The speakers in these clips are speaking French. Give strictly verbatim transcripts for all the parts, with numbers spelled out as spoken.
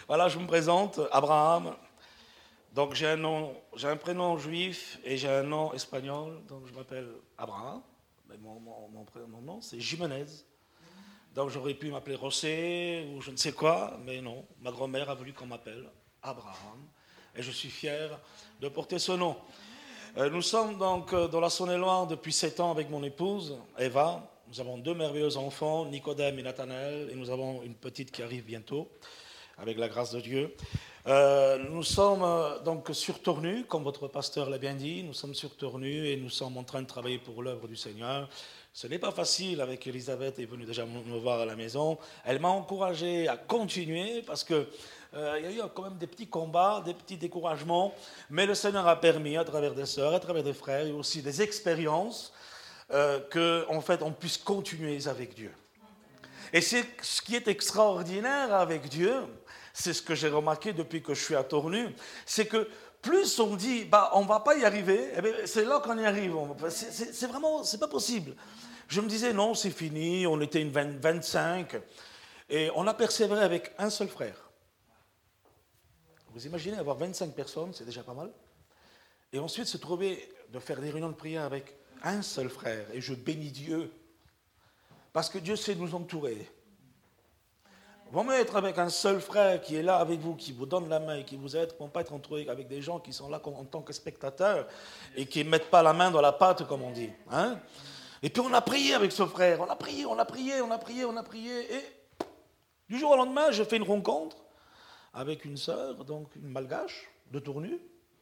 Voilà, je me présente, Abraham. Donc j'ai un nom, j'ai un prénom juif et j'ai un nom espagnol. Donc je m'appelle Abraham. Mais mon, mon, mon, mon nom, c'est Jiménez. Donc j'aurais pu m'appeler José ou je ne sais quoi, mais non. Ma grand-mère a voulu qu'on m'appelle Abraham. Et je suis fier de porter ce nom. Euh, nous sommes donc dans la Saône-et-Loire depuis sept ans avec mon épouse, Eva. Nous avons deux merveilleux enfants, Nicodème et Nathanaël, et nous avons une petite qui arrive bientôt, avec la grâce de Dieu. Euh, nous sommes euh, donc sur Tournu, comme votre pasteur l'a bien dit, nous sommes sur Tournu et nous sommes en train de travailler pour l'œuvre du Seigneur. Ce n'est pas facile avec Elisabeth, elle est venue déjà me voir à la maison. Elle m'a encouragé à continuer parce qu'il euh, y a eu quand même des petits combats, des petits découragements, mais le Seigneur a permis à travers des sœurs, à travers des frères et aussi des expériences euh, qu'en fait on puisse continuer avec Dieu. Et c'est ce qui est extraordinaire avec Dieu, c'est ce que j'ai remarqué depuis que je suis à Tournu, c'est que plus on dit, bah, on ne va pas y arriver, eh bien, c'est là qu'on y arrive. C'est, c'est, c'est vraiment, c'est pas possible. Je me disais, non, c'est fini, on était une vingt, vingt-cinq, et on a persévéré avec un seul frère. Vous imaginez, avoir vingt-cinq personnes, c'est déjà pas mal. Et ensuite, se trouver de faire des réunions de prière avec un seul frère, et je bénis Dieu, parce que Dieu sait nous entourer. Vaut mieux être avec un seul frère qui est là avec vous, qui vous donne la main et qui vous aide, pour ne pas être entouré avec des gens qui sont là en tant que spectateurs et qui ne mettent pas la main dans la pâte, comme on dit. Hein? Et puis on a prié avec ce frère, on a prié, on a prié, on a prié, on a prié, et du jour au lendemain, je fais une rencontre avec une sœur, donc une malgache, de Tournu.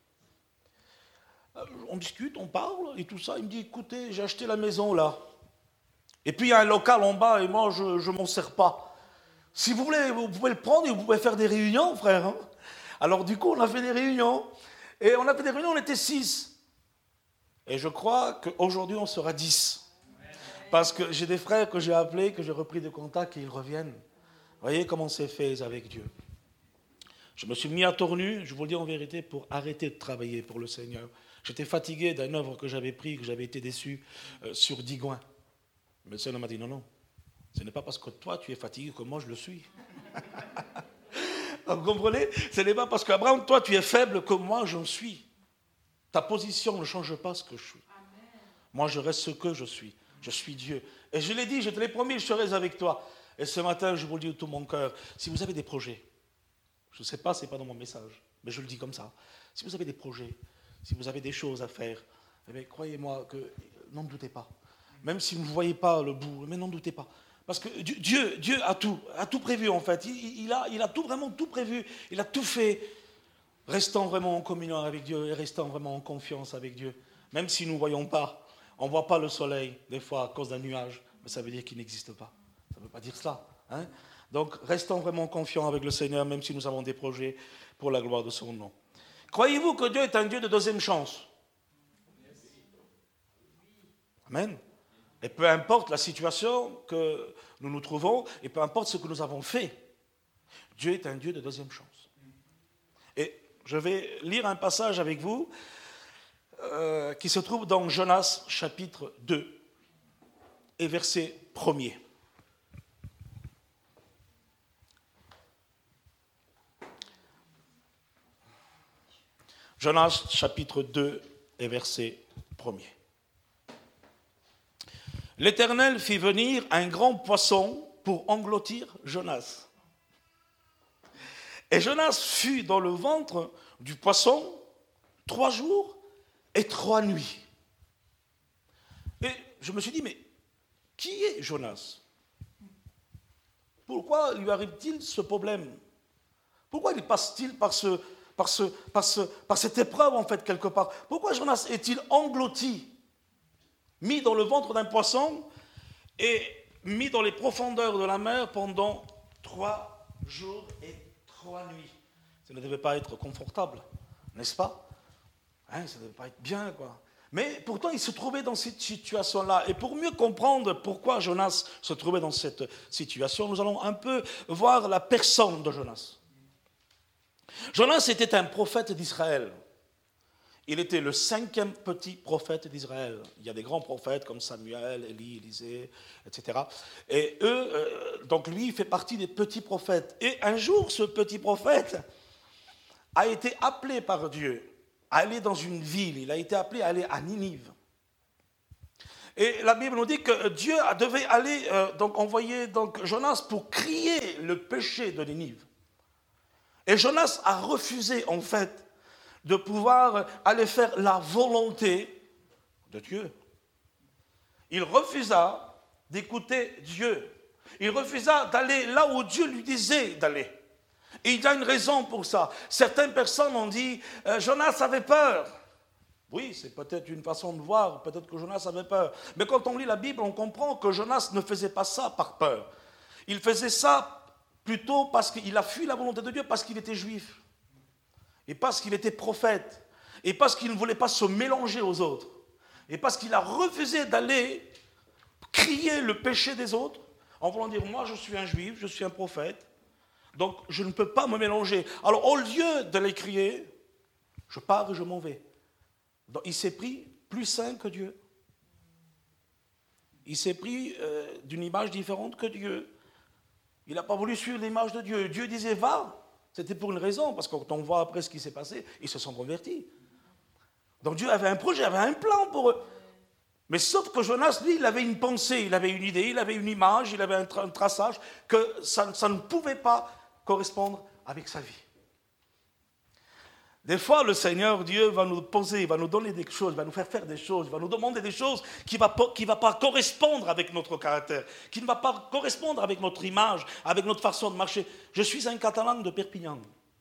On discute, on parle, et tout ça. Il me dit, écoutez, j'ai acheté la maison là. Et puis il y a un local en bas, et moi, je ne m'en sers pas. Si vous voulez, vous pouvez le prendre et vous pouvez faire des réunions, frère. Hein. Alors du coup, on a fait des réunions. Et on a fait des réunions, on était six. Et je crois qu'aujourd'hui, on sera dix. Parce que j'ai des frères que j'ai appelés, que j'ai repris de contact et ils reviennent. Vous voyez comment c'est fait avec Dieu. Je me suis mis à Tournu, je vous le dis en vérité, pour arrêter de travailler pour le Seigneur. J'étais fatigué d'une œuvre que j'avais prise, que j'avais été déçu euh, sur Digoin. Mais le Seigneur m'a dit non, non. Ce n'est pas parce que toi, tu es fatigué que moi, je le suis. Vous comprenez? Ce n'est pas parce qu'Abraham, toi, tu es faible que moi, j'en suis. Ta position ne change pas ce que je suis. Amen. Moi, je reste ce que je suis. Je suis Dieu. Et je l'ai dit, je te l'ai promis, je serai avec toi. Et ce matin, je vous le dis de tout mon cœur, si vous avez des projets, je ne sais pas, ce n'est pas dans mon message, mais je le dis comme ça. Si vous avez des projets, si vous avez des choses à faire, eh bien, croyez-moi que n'en doutez pas. Même si vous ne voyez pas le bout, mais n'en doutez pas. Parce que Dieu, Dieu a tout, a tout prévu en fait. Il, il, a, il a tout vraiment tout prévu. Il a tout fait. Restant vraiment en communion avec Dieu et restant vraiment en confiance avec Dieu. Même si nous ne voyons pas, on ne voit pas le soleil des fois à cause d'un nuage, mais ça veut dire qu'il n'existe pas. Ça ne veut pas dire cela. Hein? Donc restons vraiment confiants avec le Seigneur, même si nous avons des projets pour la gloire de son nom. Croyez-vous que Dieu est un Dieu de deuxième chance? Amen. Et peu importe la situation que nous nous trouvons, et peu importe ce que nous avons fait, Dieu est un Dieu de deuxième chance. Et je vais lire un passage avec vous euh, qui se trouve dans Jonas chapitre deux et verset premier. Jonas chapitre deux et verset premier. L'Éternel fit venir un grand poisson pour engloutir Jonas. Et Jonas fut dans le ventre du poisson trois jours et trois nuits. Et je me suis dit, mais qui est Jonas? Pourquoi lui arrive-t-il ce problème? Pourquoi il passe-t-il par, ce, par, ce, par, ce, par cette épreuve, en fait, quelque part? Pourquoi Jonas est-il englouti, mis dans le ventre d'un poisson et mis dans les profondeurs de la mer pendant trois jours et trois nuits? Ça ne devait pas être confortable, n'est-ce pas? Hein, ça ne devait pas être bien, quoi. Mais pourtant, il se trouvait dans cette situation-là. Et pour mieux comprendre pourquoi Jonas se trouvait dans cette situation, nous allons un peu voir la personne de Jonas. Jonas était un prophète d'Israël. Il était le cinquième petit prophète d'Israël. Il y a des grands prophètes comme Samuel, Élie, Élisée, et cetera. Et eux, euh, donc lui, il fait partie des petits prophètes. Et un jour, ce petit prophète a été appelé par Dieu à aller dans une ville. Il a été appelé à aller à Ninive. Et la Bible nous dit que Dieu devait aller, euh, donc envoyer donc Jonas pour crier le péché de Ninive. Et Jonas a refusé, en fait, de pouvoir aller faire la volonté de Dieu. Il refusa d'écouter Dieu. Il refusa d'aller là où Dieu lui disait d'aller. Et il y a une raison pour ça. Certaines personnes ont dit, euh, Jonas avait peur. Oui, c'est peut-être une façon de voir, peut-être que Jonas avait peur. Mais quand on lit la Bible, on comprend que Jonas ne faisait pas ça par peur. Il faisait ça plutôt parce qu'il a fui la volonté de Dieu, parce qu'il était juif. Et parce qu'il était prophète, et parce qu'il ne voulait pas se mélanger aux autres, et parce qu'il a refusé d'aller crier le péché des autres, en voulant dire, moi je suis un juif, je suis un prophète, donc je ne peux pas me mélanger. Alors au lieu de les crier, je pars et je m'en vais. Donc, il s'est pris plus saint que Dieu. Il s'est pris euh, d'une image différente que Dieu. Il n'a pas voulu suivre l'image de Dieu. Dieu disait, va. C'était pour une raison, parce que quand on voit après ce qui s'est passé, ils se sont convertis. Donc Dieu avait un projet, avait un plan pour eux. Mais sauf que Jonas, lui, il avait une pensée, il avait une idée, il avait une image, il avait un, tra- un traçage, que ça, ça ne pouvait pas correspondre avec sa vie. Des fois, le Seigneur Dieu va nous poser, il va nous donner des choses, il va nous faire faire des choses, il va nous demander des choses qui ne vont pas, qui va pas correspondre avec notre caractère, qui ne va pas correspondre avec notre image, avec notre façon de marcher. Je suis un Catalan de Perpignan.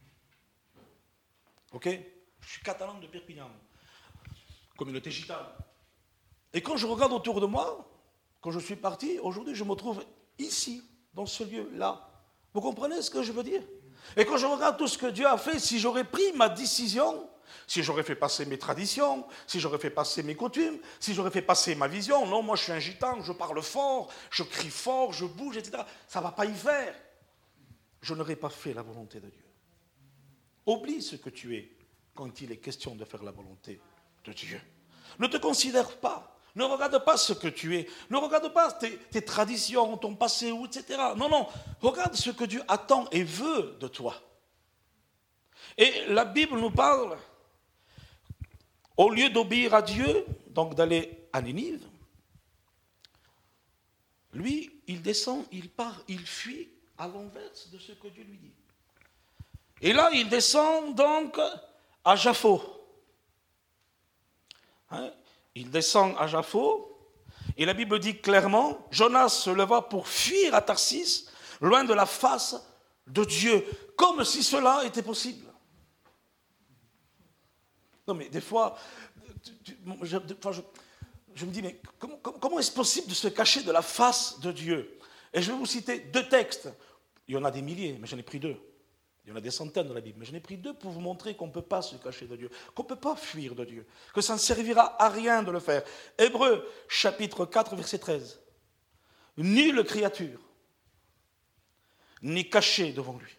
Ok? Je suis Catalan de Perpignan. Communauté gitane. Et quand je regarde autour de moi, quand je suis parti, aujourd'hui, je me trouve ici, dans ce lieu-là. Vous comprenez ce que je veux dire? Et quand je regarde tout ce que Dieu a fait, si j'aurais pris ma décision, si j'aurais fait passer mes traditions, si j'aurais fait passer mes coutumes, si j'aurais fait passer ma vision, non, moi je suis un gitan, je parle fort, je crie fort, je bouge, et cetera. Ça ne va pas y faire. Je n'aurais pas fait la volonté de Dieu. Oublie ce que tu es quand il est question de faire la volonté de Dieu. Ne te considère pas. Ne regarde pas ce que tu es. Ne regarde pas tes, tes traditions, ton passé, et cetera. Non, non. Regarde ce que Dieu attend et veut de toi. Et la Bible nous parle, au lieu d'obéir à Dieu, donc d'aller à Ninive, lui, il descend, il part, il fuit à l'inverse de ce que Dieu lui dit. Et là, il descend donc à Jaffo. Hein? Il descend à Jaffo, et la Bible dit clairement, Jonas se leva pour fuir à Tarsis, loin de la face de Dieu, comme si cela était possible. Non mais des fois, tu, tu, je, des fois je, je me dis, mais comment, comment est-ce possible de se cacher de la face de Dieu? Et je vais vous citer deux textes. Il y en a des milliers, mais j'en ai pris deux. Il y en a des centaines dans la Bible, mais j'en ai pris deux pour vous montrer qu'on ne peut pas se cacher de Dieu, qu'on ne peut pas fuir de Dieu, que ça ne servira à rien de le faire. Hébreux, chapitre quatre, verset treize. Nulle créature n'est cachée devant lui.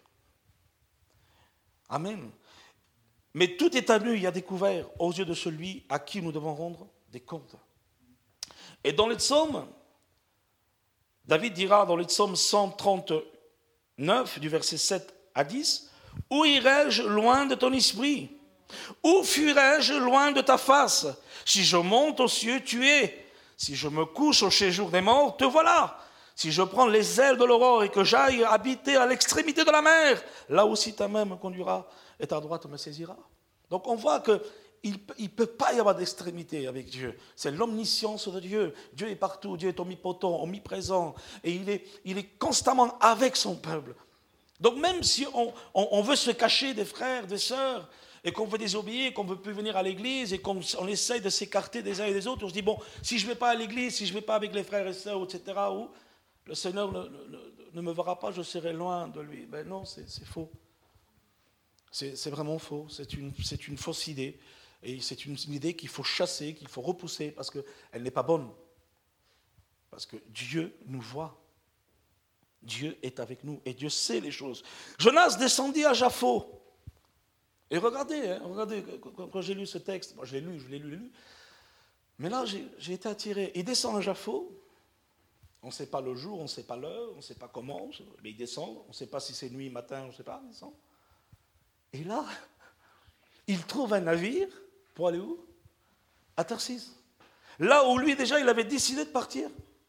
Amen. Mais tout est à nu et à découvert aux yeux de celui à qui nous devons rendre des comptes. Et dans les psaumes, David dira dans les psaumes cent trente-neuf, du verset sept à dix, « Où irai-je loin de ton esprit? Où fuirai-je loin de ta face? Si je monte aux cieux, tu es. Si je me couche au séjour des morts, te voilà. Si je prends les ailes de l'aurore et que j'aille habiter à l'extrémité de la mer, là aussi ta main me conduira et ta droite me saisira. » Donc on voit qu'il ne peut pas y avoir d'extrémité avec Dieu. C'est l'omniscience de Dieu. Dieu est partout, Dieu est omnipotent, omniprésent, et il est, il est constamment avec son peuple. Donc même si on, on, on veut se cacher des frères, des sœurs, et qu'on veut désobéir, qu'on ne veut plus venir à l'église, et qu'on on essaye de s'écarter des uns et des autres, on se dit, bon, si je ne vais pas à l'église, si je ne vais pas avec les frères et sœurs, et cetera, ou, le Seigneur ne, ne, ne me verra pas, je serai loin de lui. Ben non, c'est, c'est faux. C'est, c'est vraiment faux. C'est une, c'est une fausse idée. Et c'est une, une idée qu'il faut chasser, qu'il faut repousser, parce qu'elle n'est pas bonne. Parce que Dieu nous voit. Dieu est avec nous et Dieu sait les choses. Jonas descendit à Jaffo. Et regardez, hein, regardez, quand, quand j'ai lu ce texte, moi je l'ai lu, je l'ai lu, je l'ai lu, mais là j'ai, j'ai été attiré. Il descend à Jaffo, on ne sait pas le jour, on ne sait pas l'heure, on ne sait pas comment, mais il descend, on ne sait pas si c'est nuit, matin, on ne sait pas, il descend. Et là, il trouve un navire pour aller où? À Tarsis. Là où lui déjà il avait décidé de partir.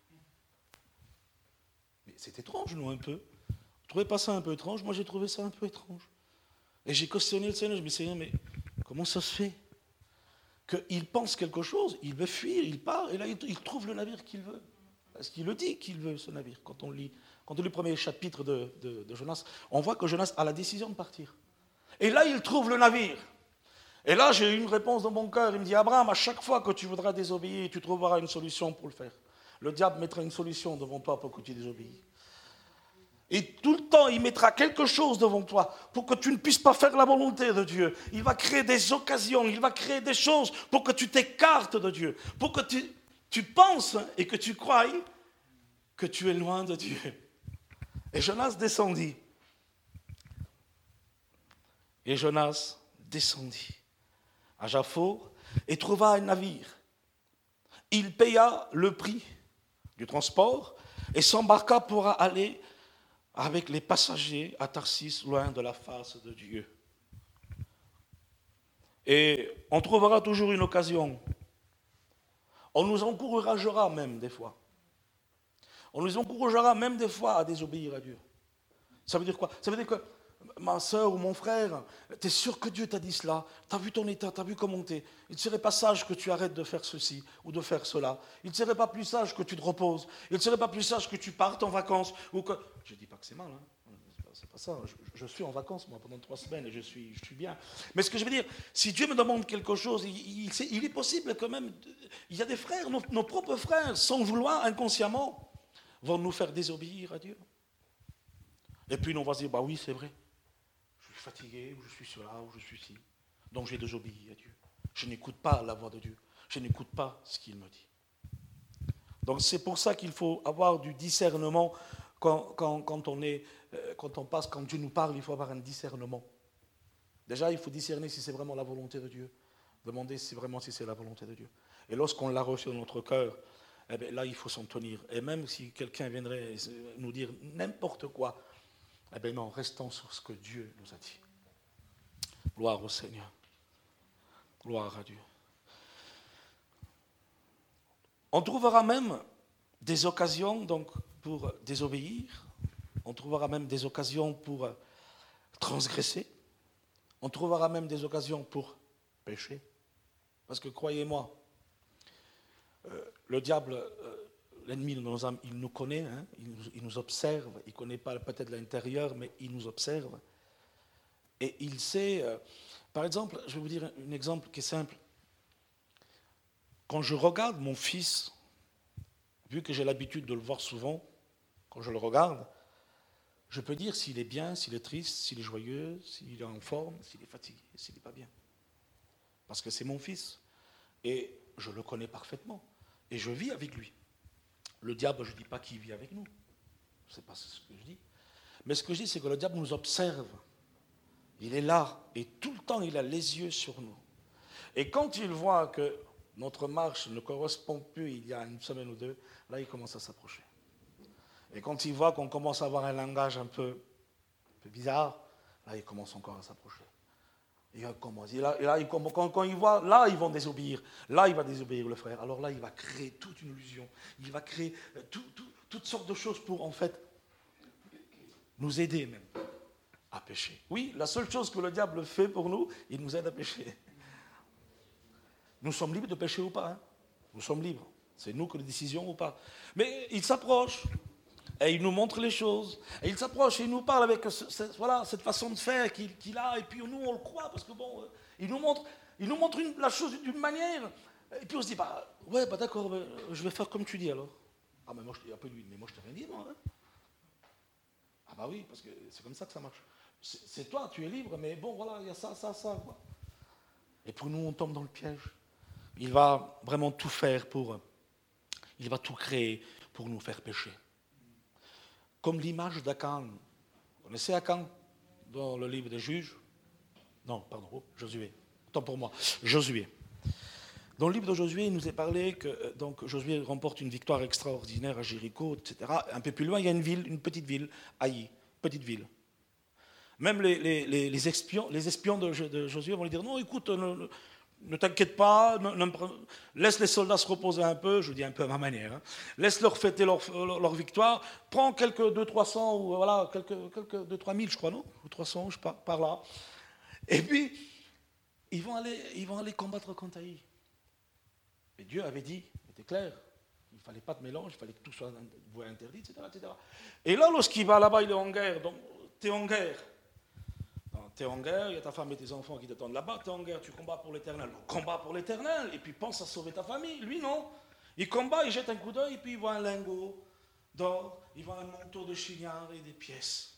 Mais c'est étrange, nous, un peu. Vous trouvez pas ça un peu étrange? Moi j'ai trouvé ça un peu étrange. Et j'ai questionné le Seigneur, je me suis dit, Seigneur, mais comment ça se fait qu'il pense quelque chose, il veut fuir, il part, et là il, il trouve le navire qu'il veut. Parce qu'il le dit qu'il veut, ce navire. Quand on lit, quand on lit le premier chapitre de, de, de Jonas, on voit que Jonas a la décision de partir. Et là, il trouve le navire. Et là, j'ai eu une réponse dans mon cœur. Il me dit, Abraham, à chaque fois que tu voudras désobéir, tu trouveras une solution pour le faire. Le diable mettra une solution devant toi pour que tu désobéis. Et tout le temps, il mettra quelque chose devant toi pour que tu ne puisses pas faire la volonté de Dieu. Il va créer des occasions, il va créer des choses pour que tu t'écartes de Dieu, pour que tu, tu penses et que tu croies que tu es loin de Dieu. Et Jonas descendit. Et Jonas descendit à Jaffo et trouva un navire. Il paya le prix du transport et s'embarqua pour aller avec les passagers à Tarsis, loin de la face de Dieu. Et on trouvera toujours une occasion. On nous encouragera même des fois. On nous encouragera même des fois à désobéir à Dieu. Ça veut dire quoi? Ça veut dire que ma soeur ou mon frère, tu es sûr que Dieu t'a dit cela? Tu as vu ton état, tu as vu comment tu es. Il ne serait pas sage que tu arrêtes de faire ceci ou de faire cela. Il ne serait pas plus sage que tu te reposes. Il ne serait pas plus sage que tu partes en vacances. Ou que... Je ne dis pas que c'est mal, hein. C'est pas ça. Je, je suis en vacances, moi, pendant trois semaines et je suis, je suis bien. Mais ce que je veux dire, si Dieu me demande quelque chose, il, il, c'est, il est possible que même... Il y a des frères, nos, nos propres frères, sans vouloir, inconsciemment, vont nous faire désobéir à Dieu. Et puis on va se dire, bah oui, c'est vrai. Je suis fatigué, ou je suis cela, ou je suis ci. Donc j'ai désobéi à Dieu. Je n'écoute pas la voix de Dieu. Je n'écoute pas ce qu'il me dit. Donc c'est pour ça qu'il faut avoir du discernement quand, quand, quand, on est, quand on passe, quand Dieu nous parle, il faut avoir un discernement. Déjà, il faut discerner si c'est vraiment la volonté de Dieu. Demander si vraiment si c'est la volonté de Dieu. Et lorsqu'on l'a reçu dans notre cœur, eh bien, là, il faut s'en tenir. Et même si quelqu'un viendrait nous dire n'importe quoi, eh bien non, restons sur ce que Dieu nous a dit. Gloire au Seigneur. Gloire à Dieu. On trouvera même des occasions donc, pour désobéir. On trouvera même des occasions pour transgresser. On trouvera même des occasions pour pécher. Parce que croyez-moi, euh, le diable, euh, l'ennemi de nos âmes, il nous connaît, hein, il, nous, il nous observe. Il ne connaît pas peut-être l'intérieur, mais il nous observe. Et il sait, euh, par exemple, je vais vous dire un exemple qui est simple. Quand je regarde mon fils, vu que j'ai l'habitude de le voir souvent, quand je le regarde, je peux dire s'il est bien, s'il est triste, s'il est joyeux, s'il est en forme, s'il est fatigué, s'il n'est pas bien. Parce que c'est mon fils. Et je le connais parfaitement. Et je vis avec lui. Le diable, je ne dis pas qu'il vit avec nous. Ce n'est pas ce que je dis. Mais ce que je dis, c'est que le diable nous observe. Il est là. Et tout le temps, il a les yeux sur nous. Et quand il voit que notre marche ne correspond plus il y a une semaine ou deux, là, il commence à s'approcher. Et quand il voit qu'on commence à avoir un langage un peu, un peu bizarre, là, il commence encore à s'approcher. Et commence. Et là, et là il, quand, quand il voit, là, ils vont désobéir. Là, il va désobéir le frère. Alors là, il va créer toute une illusion. Il va créer tout, tout, toutes sortes de choses pour, en fait, nous aider même à pécher. Oui, la seule chose que le diable fait pour nous, il nous aide à pécher. Nous sommes libres de pécher ou pas. Hein. Nous sommes libres. C'est nous qui avons la décision ou pas. Mais il s'approche. Et il nous montre les choses. Et il s'approche et il nous parle avec ce, ce, voilà, cette façon de faire qu'il, qu'il a. Et puis nous, on le croit parce que bon, il nous montre, il nous montre une, la chose d'une manière. Et puis on se dit, bah, ouais, bah d'accord, bah, je vais faire comme tu dis alors. Ah, mais moi, je, un peu lui, mais moi, je t'ai rien dit, moi. Hein. Ah, bah oui, parce que c'est comme ça que ça marche. C'est, c'est toi, tu es libre, mais bon, voilà, il y a ça, ça, ça. Quoi. Et pour nous, on tombe dans le piège. Il va vraiment tout faire pour. Il va tout créer pour nous faire pécher. Comme l'image d'Akan. Vous connaissez Akan dans le livre des Juges? Non, pardon, oh, Josué. Tant pour moi. Josué. Dans le livre de Josué, il nous est parlé que donc, Josué remporte une victoire extraordinaire à Jéricho, et cetera. Un peu plus loin, il y a une ville, une petite ville, Haï, petite ville. Même les, les, les, les, espions, les espions de, de Josué vont lui dire, non, écoute, ne, ne t'inquiète pas, ne, ne, laisse les soldats se reposer un peu, je vous dis un peu à ma manière, hein. Laisse-leur fêter leur, leur, leur victoire, prends quelques deux trois cents, ou voilà, quelques, quelques deux trois mille, je crois, non, ou trois cents, je sais pas, par là. Et puis, ils vont aller, ils vont aller combattre contre Haï. Et Dieu avait dit, c'était clair, il ne fallait pas de mélange, il fallait que tout soit interdit, et cetera, et cetera. Et là, lorsqu'il va là-bas, il est en guerre, donc tu es en guerre. Tu es en guerre, il y a ta femme et tes enfants qui t'attendent là-bas, tu es en guerre, tu combats pour l'éternel. Combat pour l'éternel, et puis pense à sauver ta famille. Lui, non. Il combat, il jette un coup d'œil, et puis il voit un lingot d'or, il voit un manteau de chignard et des pièces.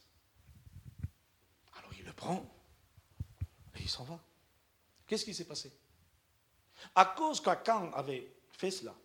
Alors il le prend, et il s'en va. Qu'est-ce qui s'est passé? À cause qu'Akan avait fait cela,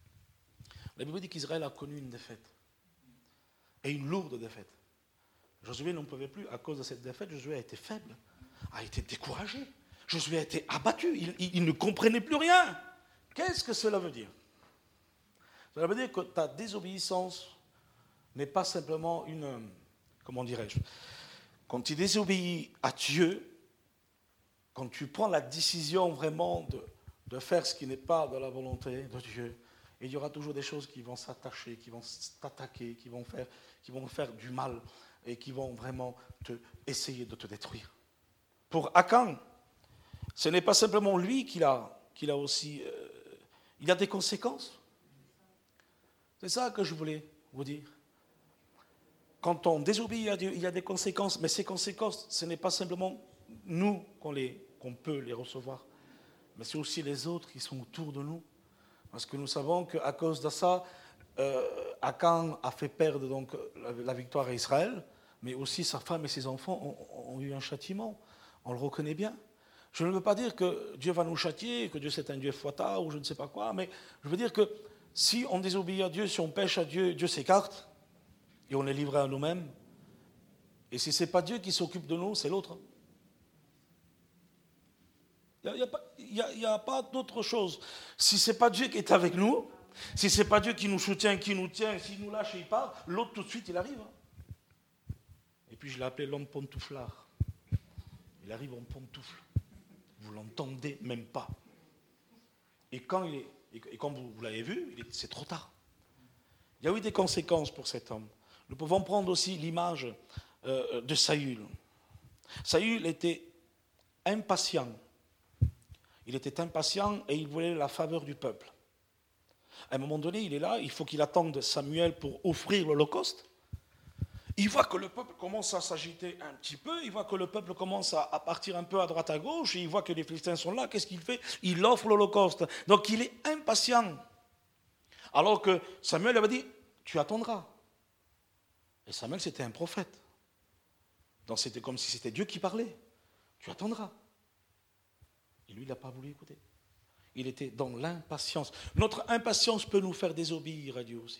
la Bible dit qu'Israël a connu une défaite, et une lourde défaite. Josué n'en pouvait plus. À cause de cette défaite, Josué a été faible, a été découragé. Josué a été abattu. Il, il, il ne comprenait plus rien. Qu'est-ce que cela veut dire? Cela veut dire que ta désobéissance n'est pas simplement une... Comment dirais-je? Quand tu désobéis à Dieu, quand tu prends la décision vraiment de, de faire ce qui n'est pas de la volonté de Dieu, il y aura toujours des choses qui vont s'attacher, qui vont t'attaquer, qui vont faire, qui vont faire du mal et qui vont vraiment te, essayer de te détruire. Pour Akan, ce n'est pas simplement lui qui a, qui a aussi... Euh, il a des conséquences. C'est ça que je voulais vous dire. Quand on désobéit à Dieu, il y a des conséquences, mais ces conséquences, ce n'est pas simplement nous qu'on, les, qu'on peut les recevoir, mais c'est aussi les autres qui sont autour de nous. Parce que nous savons qu'à cause de ça, euh, Akan a fait perdre donc, la, la victoire à Israël, mais aussi sa femme et ses enfants ont, ont eu un châtiment. On le reconnaît bien. Je ne veux pas dire que Dieu va nous châtier, que Dieu c'est un Dieu fouettard ou je ne sais pas quoi, mais je veux dire que si on désobéit à Dieu, si on pêche à Dieu, Dieu s'écarte et on est livré à nous-mêmes. Et si ce n'est pas Dieu qui s'occupe de nous, c'est l'autre. Il n'y a, a, a, a pas d'autre chose. Si ce n'est pas Dieu qui est avec nous, si ce n'est pas Dieu qui nous soutient, qui nous tient, s'il nous lâche et il part, l'autre tout de suite il arrive. Et puis je l'ai appelé l'homme pantouflard. Il arrive en pantoufle. Vous ne l'entendez même pas. Et quand, il est, et quand vous, vous l'avez vu, il est, c'est trop tard. Il y a eu des conséquences pour cet homme. Nous pouvons prendre aussi l'image euh, de Saül. Saül était impatient. Il était impatient et il voulait la faveur du peuple. À un moment donné, il est là, il faut qu'il attende Samuel pour offrir l'Holocauste. Il voit que le peuple commence à s'agiter un petit peu, il voit que le peuple commence à, à partir un peu à droite à gauche, et il voit que les Philistins sont là, qu'est-ce qu'il fait? Il offre l'Holocauste. Donc il est impatient. Alors que Samuel avait dit, tu attendras. Et Samuel, c'était un prophète. Donc c'était comme si c'était Dieu qui parlait. Tu attendras. Et lui, il n'a pas voulu écouter. Il était dans l'impatience. Notre impatience peut nous faire désobéir à Dieu aussi.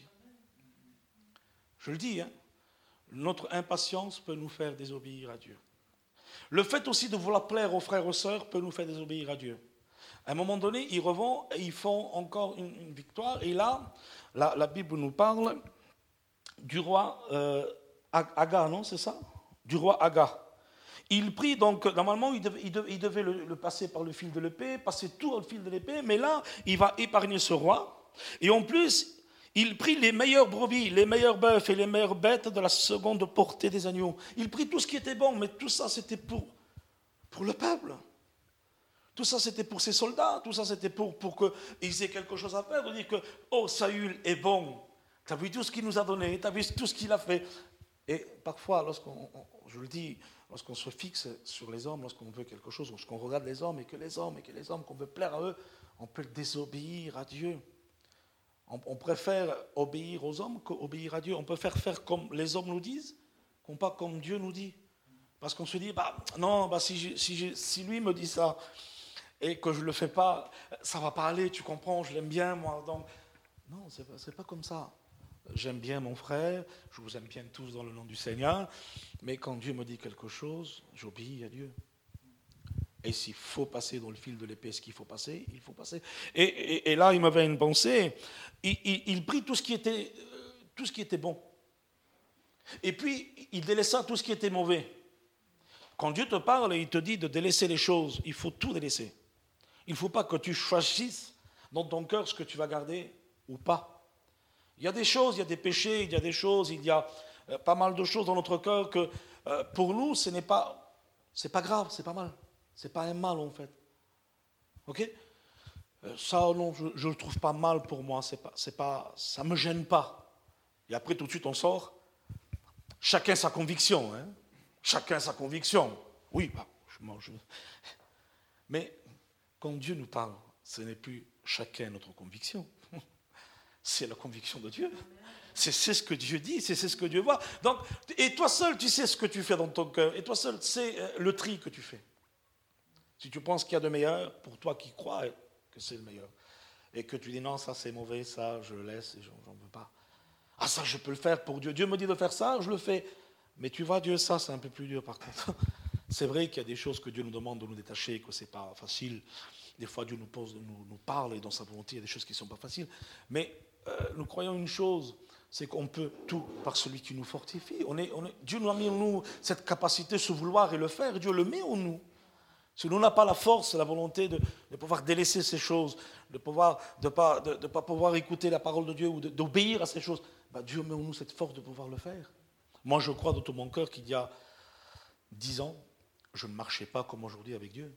Je le dis, hein. Notre impatience peut nous faire désobéir à Dieu. Le fait aussi de vouloir plaire aux frères et aux sœurs peut nous faire désobéir à Dieu. À un moment donné, ils revont et ils font encore une, une victoire. Et là, la, la Bible nous parle du roi euh, Aga, non, c'est ça? Du roi Aga. Il prit donc, normalement, il devait, il devait, il devait le, le passer par le fil de l'épée, passer tout au fil de l'épée, mais là, il va épargner ce roi. Et en plus, il prit les meilleures brebis, les meilleurs bœufs et les meilleures bêtes de la seconde portée des agneaux. Il prit tout ce qui était bon, mais tout ça, c'était pour, pour le peuple. Tout ça, c'était pour ses soldats. Tout ça, c'était pour, pour qu'ils aient quelque chose à faire. De dire que, oh, Saül est bon. Tu as vu tout ce qu'il nous a donné, tu as vu tout ce qu'il a fait. Et parfois, lorsqu'on, je le dis, lorsqu'on se fixe sur les hommes, lorsqu'on veut quelque chose, lorsqu'on regarde les hommes et que les hommes et que les hommes, qu'on veut plaire à eux, on peut désobéir à Dieu. On préfère obéir aux hommes qu'obéir à Dieu. On peut faire faire comme les hommes nous disent, qu'on pas comme Dieu nous dit. Parce qu'on se dit, bah, non, bah, si, je, si, je, si lui me dit ça et que je ne le fais pas, ça ne va pas aller, tu comprends, je l'aime bien, moi. Donc, non, ce n'est pas, c'est pas comme ça. J'aime bien mon frère, je vous aime bien tous dans le nom du Seigneur, mais quand Dieu me dit quelque chose, j'obéis à Dieu. Et s'il faut passer dans le fil de l'épée ce qu'il faut passer, il faut passer. Et, et, et là, il m'avait une pensée. Il, il, il prit tout ce qui était, euh, tout ce qui était bon. Et puis, il délaissa tout ce qui était mauvais. Quand Dieu te parle et il te dit de délaisser les choses, il faut tout délaisser. Il ne faut pas que tu choisisses dans ton cœur ce que tu vas garder ou pas. Il y a des choses, il y a des péchés, il y a des choses, il y a euh, pas mal de choses dans notre cœur que euh, pour nous, ce n'est pas, c'est pas grave, c'est pas mal. C'est pas un mal en fait. Ok ? euh, Ça, non, je ne le trouve pas mal pour moi. C'est pas, c'est pas, ça ne me gêne pas. Et après, tout de suite, on sort. Chacun sa conviction. Hein ? Chacun sa conviction. Oui, bah, je mange. Mais quand Dieu nous parle, ce n'est plus chacun notre conviction. C'est la conviction de Dieu. C'est, c'est ce que Dieu dit, c'est, c'est ce que Dieu voit. Donc, et toi seul, tu sais ce que tu fais dans ton cœur. Et toi seul, c'est le tri que tu fais. Si tu penses qu'il y a de meilleur, pour toi qui crois que c'est le meilleur, et que tu dis non, ça c'est mauvais, ça je le laisse et j'en, j'en veux pas. Ah, ça je peux le faire pour Dieu. Dieu me dit de faire ça, je le fais. Mais tu vois, Dieu, ça c'est un peu plus dur par contre. C'est vrai qu'il y a des choses que Dieu nous demande de nous détacher, que c'est pas facile. Des fois, Dieu nous, pose, nous, nous parle et dans sa volonté, il y a des choses qui ne sont pas faciles. Mais euh, nous croyons une chose, c'est qu'on peut tout par celui qui nous fortifie. On est, on est, Dieu nous a mis en nous cette capacité, ce vouloir et le faire. Dieu le met en nous. Si nous n'avons pas la force, la volonté de, de pouvoir délaisser ces choses, de ne pouvoir, de pas, de, de pas pouvoir écouter la parole de Dieu ou de, d'obéir à ces choses, bah Dieu met en nous cette force de pouvoir le faire. Moi, je crois de tout mon cœur qu'il y a dix ans, je ne marchais pas comme aujourd'hui avec Dieu.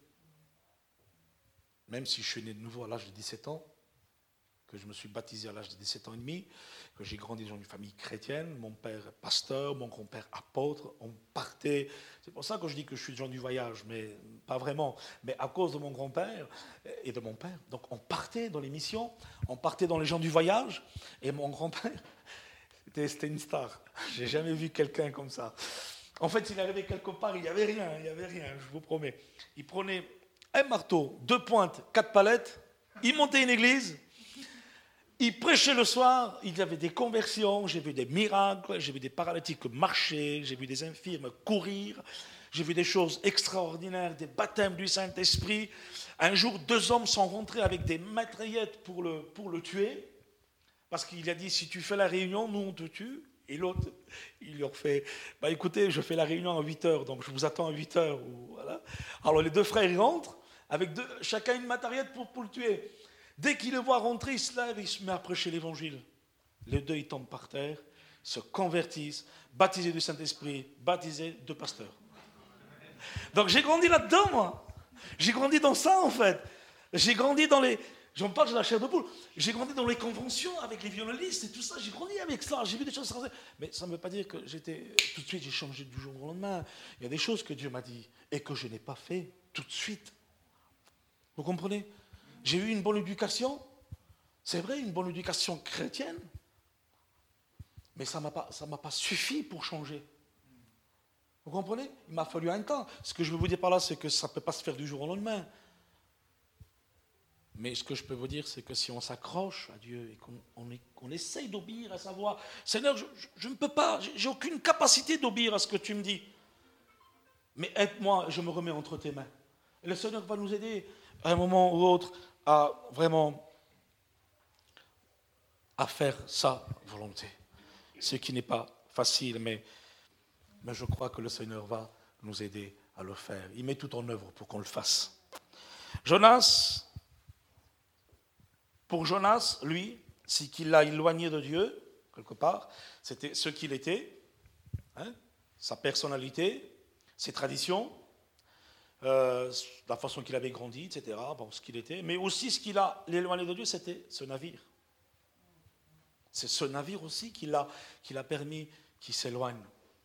Même si je suis né de nouveau à l'âge de dix-sept ans, que je me suis baptisé à l'âge de dix-sept ans et demi, que j'ai grandi dans une famille chrétienne, mon père pasteur, mon grand-père apôtre, on partait. C'est pour ça que je dis que je suis gens du voyage, mais pas vraiment. Mais à cause de mon grand-père et de mon père. Donc on partait dans les missions, on partait dans les gens du voyage, et mon grand-père, c'était, c'était une star. J'ai jamais vu quelqu'un comme ça. En fait, il arrivait quelque part, il n'y avait rien, il n'y avait rien, je vous promets. Il prenait un marteau, deux pointes, quatre palettes, il montait une église. Il prêchait le soir, il y avait des conversions, j'ai vu des miracles, j'ai vu des paralytiques marcher, j'ai vu des infirmes courir, j'ai vu des choses extraordinaires, des baptêmes du Saint-Esprit. Un jour, deux hommes sont rentrés avec des matraillettes pour le, pour le tuer, parce qu'il a dit, si tu fais la réunion, nous on te tue. Et l'autre, il leur fait, bah écoutez, je fais la réunion à huit heures, donc je vous attends à huit heures. Voilà. Alors les deux frères, ils rentrent, avec deux, chacun une matraillette pour, pour le tuer. Dès qu'il le voit rentrer, il se lève et il se met à prêcher l'évangile. Les deux, ils tombent par terre, se convertissent, baptisés du Saint-Esprit, baptisés de pasteurs. Donc j'ai grandi là-dedans, moi. J'ai grandi dans ça, en fait. J'ai grandi dans les... J'en parle de la chair de poule. J'ai grandi dans les conventions avec les violonistes et tout ça. J'ai grandi avec ça. J'ai vu des choses extraordinaires. Mais ça ne veut pas dire que j'étais... Tout de suite, j'ai changé du jour au lendemain. Il y a des choses que Dieu m'a dit et que je n'ai pas fait tout de suite. Vous comprenez ? J'ai eu une bonne éducation, c'est vrai, une bonne éducation chrétienne, mais ça ne m'a pas, ça m'a pas suffi pour changer. Vous comprenez ? Il m'a fallu un temps. Ce que je veux vous dire par là, c'est que ça ne peut pas se faire du jour au lendemain. Mais ce que je peux vous dire, c'est que si on s'accroche à Dieu et qu'on on, qu'on essaye d'obéir à sa voix, Seigneur, je, je, je ne peux pas, j'ai aucune capacité d'obéir à ce que tu me dis. Mais aide-moi, je me remets entre tes mains. Et le Seigneur va nous aider à un moment ou autre à vraiment à faire sa volonté. Ce qui n'est pas facile, mais, mais je crois que le Seigneur va nous aider à le faire. Il met tout en œuvre pour qu'on le fasse. Jonas, pour Jonas, lui, c'est qu'il l'a éloigné de Dieu, quelque part, c'était ce qu'il était, hein, sa personnalité, ses traditions, Euh, la façon qu'il avait grandi, et cetera, bon, ce qu'il était, mais aussi ce qu'il a éloigné de Dieu, c'était ce navire. C'est ce navire aussi qui l'a, qui l'a permis qu'il s'éloigne.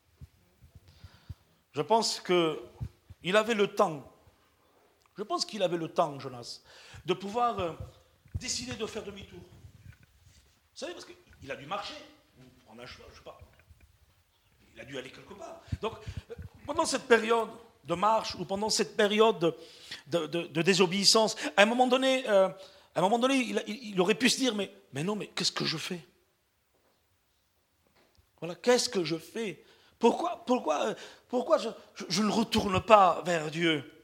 Je pense qu'il avait le temps, je pense qu'il avait le temps, Jonas, de pouvoir euh, décider de faire demi-tour. Vous savez, parce qu'il a dû marcher, ou prendre un chemin, je ne sais pas. Il a dû aller quelque part. Donc, pendant cette période de marche ou pendant cette période de, de, de, de désobéissance, à un moment donné, euh, à un moment donné il, il, il aurait pu se dire, mais, mais non, mais qu'est-ce que je fais ? Voilà, qu'est-ce que je fais ? Pourquoi, pourquoi, pourquoi je, je, je ne retourne pas vers Dieu ?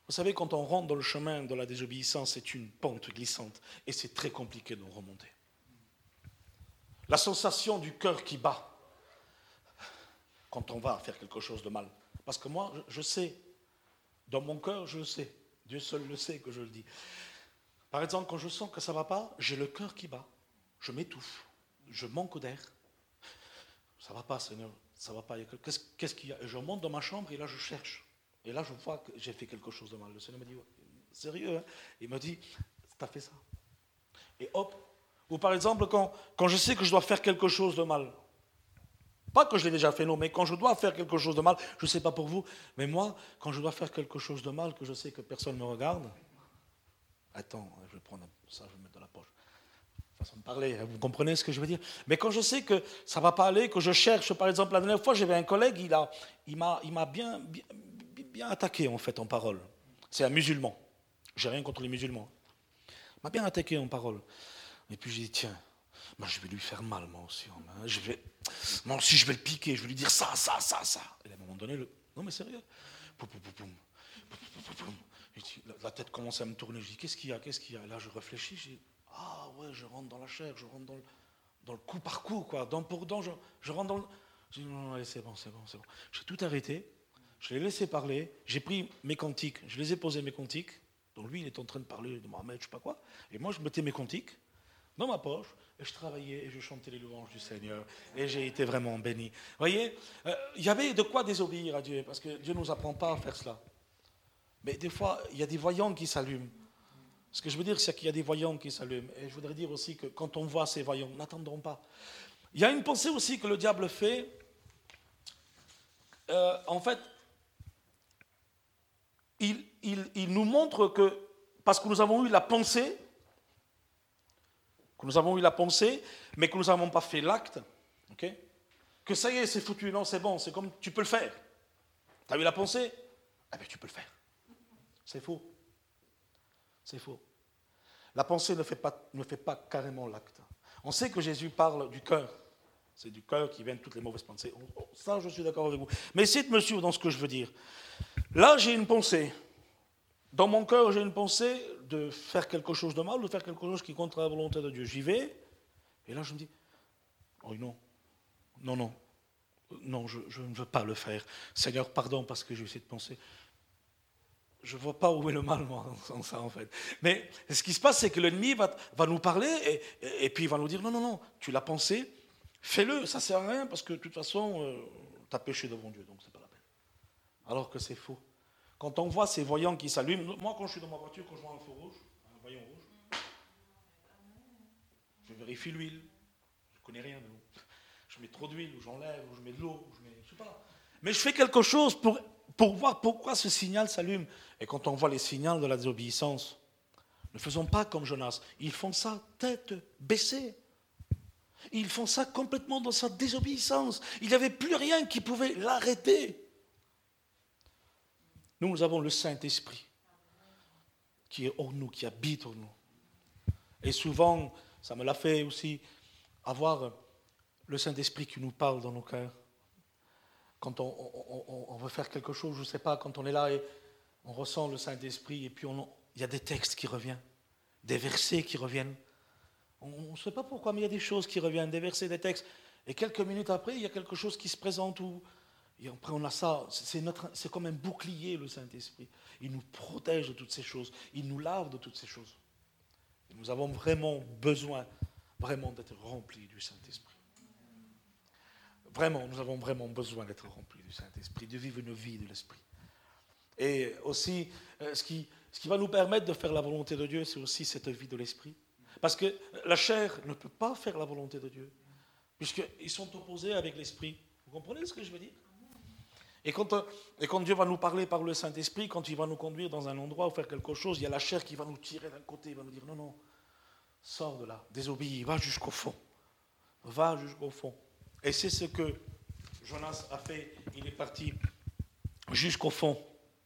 Vous savez, quand on rentre dans le chemin de la désobéissance, c'est une pente glissante et c'est très compliqué de remonter. La sensation du cœur qui bat quand on va faire quelque chose de mal. Parce que moi, je sais, dans mon cœur, je le sais. Dieu seul le sait que je le dis. Par exemple, quand je sens que ça ne va pas, j'ai le cœur qui bat. Je m'étouffe. Je manque d'air. Ça ne va pas, Seigneur. Ça ne va pas. Qu'est-ce, qu'est-ce qu'il y a? Et je monte dans ma chambre et là, je cherche. Et là, je vois que j'ai fait quelque chose de mal. Le Seigneur me dit, ouais, sérieux, hein? Il me dit, tu as fait ça. Et hop. Ou par exemple, quand, quand je sais que je dois faire quelque chose de mal. Pas que je l'ai déjà fait, non, mais quand je dois faire quelque chose de mal, je ne sais pas pour vous, mais moi, quand je dois faire quelque chose de mal, que je sais que personne ne me regarde, attends, je vais prendre ça, je vais le mettre dans la poche. Façon de parler, vous comprenez ce que je veux dire? Mais quand je sais que ça ne va pas aller, que je cherche, par exemple, la dernière fois, j'avais un collègue, il, a, il m'a, il m'a bien, bien, bien attaqué, en fait, en parole. C'est un musulman. J'ai rien contre les musulmans. Il m'a bien attaqué en parole. Et puis j'ai dit, tiens, moi, je vais lui faire mal, moi aussi. Je vais, moi aussi, je vais le piquer, je vais lui dire ça, ça, ça, ça. Et à un moment donné, le, non mais sérieux. Poum, poum, poum, poum, poum, poum. La, la tête commence à me tourner. Je dis, qu'est-ce qu'il y a, qu'est-ce qu'il y a? Et là, je réfléchis, je dis, ah ouais, je rentre dans la chair, je rentre dans le, dans le coup par coup, quoi. Dans pour dans, je, je rentre dans le... Je dis, non, non, allez, c'est bon, c'est bon, c'est bon. J'ai tout arrêté, je l'ai laissé parler, j'ai pris mes cantiques, je les ai posés mes cantiques. Donc lui, il est en train de parler de Mohamed, je sais pas quoi. Et moi, je mettais mes cantiques dans ma poche, et je travaillais, et je chantais les louanges du Seigneur, et j'ai été vraiment béni. Vous voyez, il euh, y avait de quoi désobéir à Dieu, parce que Dieu ne nous apprend pas à faire cela. Mais des fois, il y a des voyants qui s'allument. Ce que je veux dire, c'est qu'il y a des voyants qui s'allument. Et je voudrais dire aussi que quand on voit ces voyants, n'attendons pas. Il y a une pensée aussi que le diable fait. Euh, en fait, il, il, il nous montre que, parce que nous avons eu la pensée, que nous avons eu la pensée, mais que nous n'avons pas fait l'acte, okay, que ça y est, c'est foutu, non, c'est bon, c'est comme, tu peux le faire. Tu as eu la pensée? Eh bien, tu peux le faire. C'est faux. C'est faux. La pensée ne fait pas, ne fait pas carrément l'acte. On sait que Jésus parle du cœur. C'est du cœur qui viennent toutes les mauvaises pensées. Ça, je suis d'accord avec vous. Mais essayez de me suivre dans ce que je veux dire. Là, j'ai une pensée. Dans mon cœur, j'ai une pensée de faire quelque chose de mal, de faire quelque chose qui est contre la volonté de Dieu. J'y vais, et là je me dis, oh non, non, non, non, je, je ne veux pas le faire. Seigneur, pardon, parce que j'ai eu cette pensée. Je ne vois pas où est le mal, moi, dans ça, en fait. Mais ce qui se passe, c'est que l'ennemi va, va nous parler, et, et, et puis il va nous dire, non, non, non, tu l'as pensé, fais-le, ça ne sert à rien, parce que de toute façon, euh, tu as péché devant Dieu, donc ce n'est pas la peine. Alors que c'est faux. Quand on voit ces voyants qui s'allument, moi quand je suis dans ma voiture, quand je vois un feu rouge, un voyant rouge, je vérifie l'huile, je ne connais rien de l'eau. Je mets trop d'huile, ou j'enlève, ou je mets de l'eau, ou je mets, je sais pas. Mais je fais quelque chose pour, pour voir pourquoi ce signal s'allume. Et quand on voit les signaux de la désobéissance, ne faisons pas comme Jonas. Ils font ça tête baissée. Ils font ça complètement dans sa désobéissance. Il n'y avait plus rien qui pouvait l'arrêter. Nous, nous avons le Saint-Esprit qui est en nous, qui habite en nous. Et souvent, ça me l'a fait aussi, avoir le Saint-Esprit qui nous parle dans nos cœurs. Quand on, on, on, on veut faire quelque chose, je ne sais pas, quand on est là et on ressent le Saint-Esprit, et puis on, il y a des textes qui reviennent, des versets qui reviennent. On ne sait pas pourquoi, mais il y a des choses qui reviennent, des versets, des textes. Et quelques minutes après, il y a quelque chose qui se présente où... Et après, on a ça, c'est, notre, c'est comme un bouclier, le Saint-Esprit. Il nous protège de toutes ces choses. Il nous lave de toutes ces choses. Et nous avons vraiment besoin, vraiment d'être remplis du Saint-Esprit. Vraiment, nous avons vraiment besoin d'être remplis du Saint-Esprit, de vivre une vie de l'Esprit. Et aussi, ce qui, ce qui va nous permettre de faire la volonté de Dieu, c'est aussi cette vie de l'Esprit. Parce que la chair ne peut pas faire la volonté de Dieu, puisqu'ils sont opposés avec l'Esprit. Vous comprenez ce que je veux dire ? Et quand, et quand Dieu va nous parler par le Saint-Esprit, quand il va nous conduire dans un endroit ou faire quelque chose, il y a la chair qui va nous tirer d'un côté, il va nous dire non, non, sors de là, désobéis, va jusqu'au fond. Va jusqu'au fond. Et c'est ce que Jonas a fait, il est parti jusqu'au fond.